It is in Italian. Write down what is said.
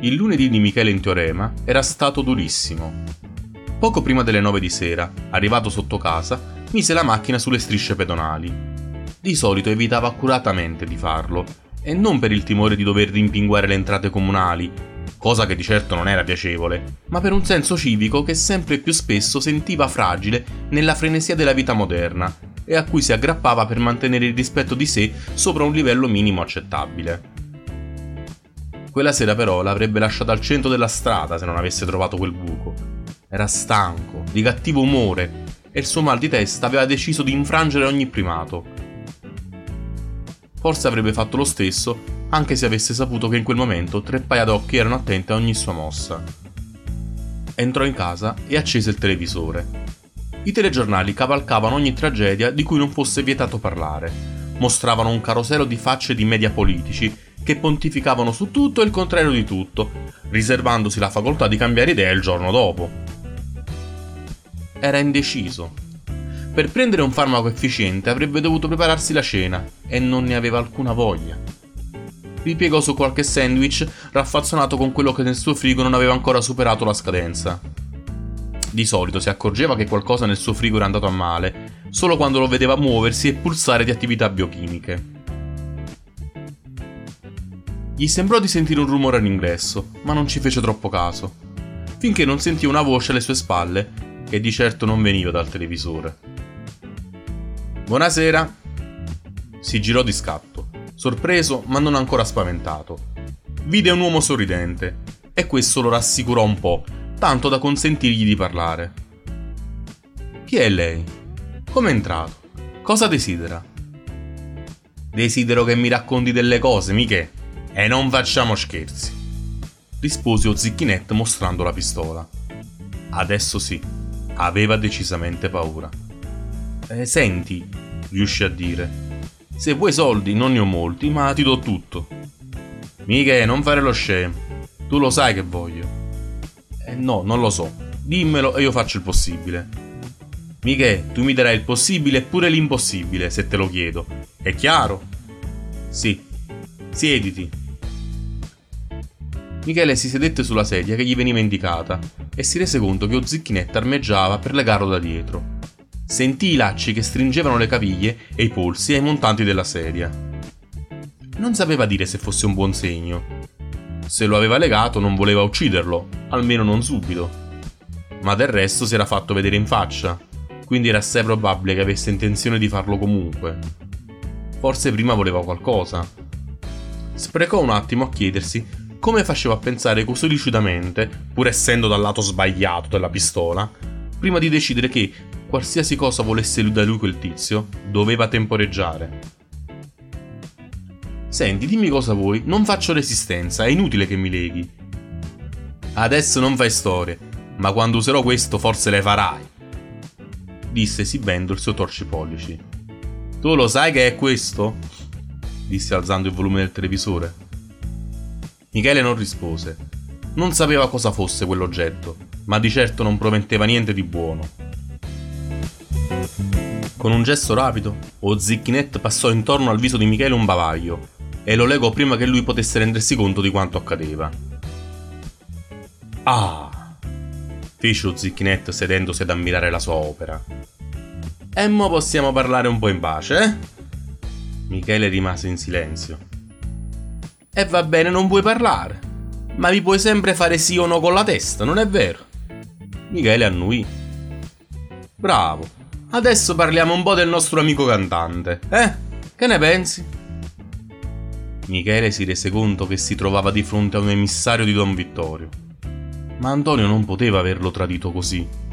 Il lunedì di Michele in teorema era stato durissimo. Poco prima delle 9 di sera, arrivato sotto casa, mise la macchina sulle strisce pedonali. Di solito evitava accuratamente di farlo, e non per il timore di dover rimpinguare le entrate comunali, cosa che di certo non era piacevole, ma per un senso civico che sempre più spesso sentiva fragile nella frenesia della vita moderna e a cui si aggrappava per mantenere il rispetto di sé sopra un livello minimo accettabile. Quella sera però l'avrebbe lasciata al centro della strada se non avesse trovato quel buco. Era stanco, di cattivo umore, e il suo mal di testa aveva deciso di infrangere ogni primato. Forse avrebbe fatto lo stesso anche se avesse saputo che in quel momento 3 paia d'occhi erano attenti a ogni sua mossa. Entrò in casa e accese il televisore. I telegiornali cavalcavano ogni tragedia di cui non fosse vietato parlare. Mostravano un carosello di facce di media politici che pontificavano su tutto e il contrario di tutto, riservandosi la facoltà di cambiare idea il giorno dopo. Era indeciso. Per prendere un farmaco efficiente avrebbe dovuto prepararsi la cena e non ne aveva alcuna voglia. Ripiegò su qualche sandwich raffazzonato con quello che nel suo frigo non aveva ancora superato la scadenza. Di solito si accorgeva che qualcosa nel suo frigo era andato a male solo quando lo vedeva muoversi e pulsare di attività biochimiche. Gli sembrò di sentire un rumore all'ingresso, ma non ci fece troppo caso, finché non sentì una voce alle sue spalle, che di certo non veniva dal televisore. «Buonasera!» Si girò di scatto, sorpreso ma non ancora spaventato. Vide un uomo sorridente, e questo lo rassicurò un po', tanto da consentirgli di parlare. «Chi è lei? Come è entrato? Cosa desidera?» «Desidero che mi racconti delle cose, Michè, e non facciamo scherzi», rispose Ozicchinette mostrando la pistola. Adesso sì, aveva decisamente paura. «Senti», riuscì a dire, «se vuoi soldi non ne ho molti, ma ti do tutto». «Michè, non fare lo scemo, tu lo sai che voglio». «No, non lo so, dimmelo e io faccio il possibile». «Michè, tu mi darai il possibile e pure l'impossibile se te lo chiedo, è chiaro?» «Sì, siediti». Michele si sedette sulla sedia che gli veniva indicata e si rese conto che Ozicchinette armeggiava per legarlo da dietro. Sentì i lacci che stringevano le caviglie e i polsi ai montanti della sedia. Non sapeva dire se fosse un buon segno. Se lo aveva legato non voleva ucciderlo, almeno non subito. Ma del resto si era fatto vedere in faccia, quindi era assai probabile che avesse intenzione di farlo comunque. Forse prima voleva qualcosa. Sprecò un attimo a chiedersi come faceva a pensare così lucidamente, pur essendo dal lato sbagliato della pistola, prima di decidere che, qualsiasi cosa volesse da lui quel tizio, doveva temporeggiare. «Senti, dimmi cosa vuoi, non faccio resistenza, è inutile che mi leghi». «Adesso non fai storie, ma quando userò questo forse le farai», disse esibendo il suo torcipollici. «Tu lo sai che è questo?» disse alzando il volume del televisore. Michele non rispose. Non sapeva cosa fosse quell'oggetto, ma di certo non prometteva niente di buono. Con un gesto rapido, Ozicchinette passò intorno al viso di Michele un bavaglio e lo legò prima che lui potesse rendersi conto di quanto accadeva. «Ah!» fece Ozicchinette sedendosi ad ammirare la sua opera. «E mo possiamo parlare un po' in pace, eh?» Michele rimase in silenzio. «E va bene, non puoi parlare, ma mi puoi sempre fare sì o no con la testa, non è vero?» Michele annuì. «Bravo, adesso parliamo un po' del nostro amico cantante, eh? Che ne pensi?» Michele si rese conto che si trovava di fronte a un emissario di Don Vittorio, ma Antonio non poteva averlo tradito così.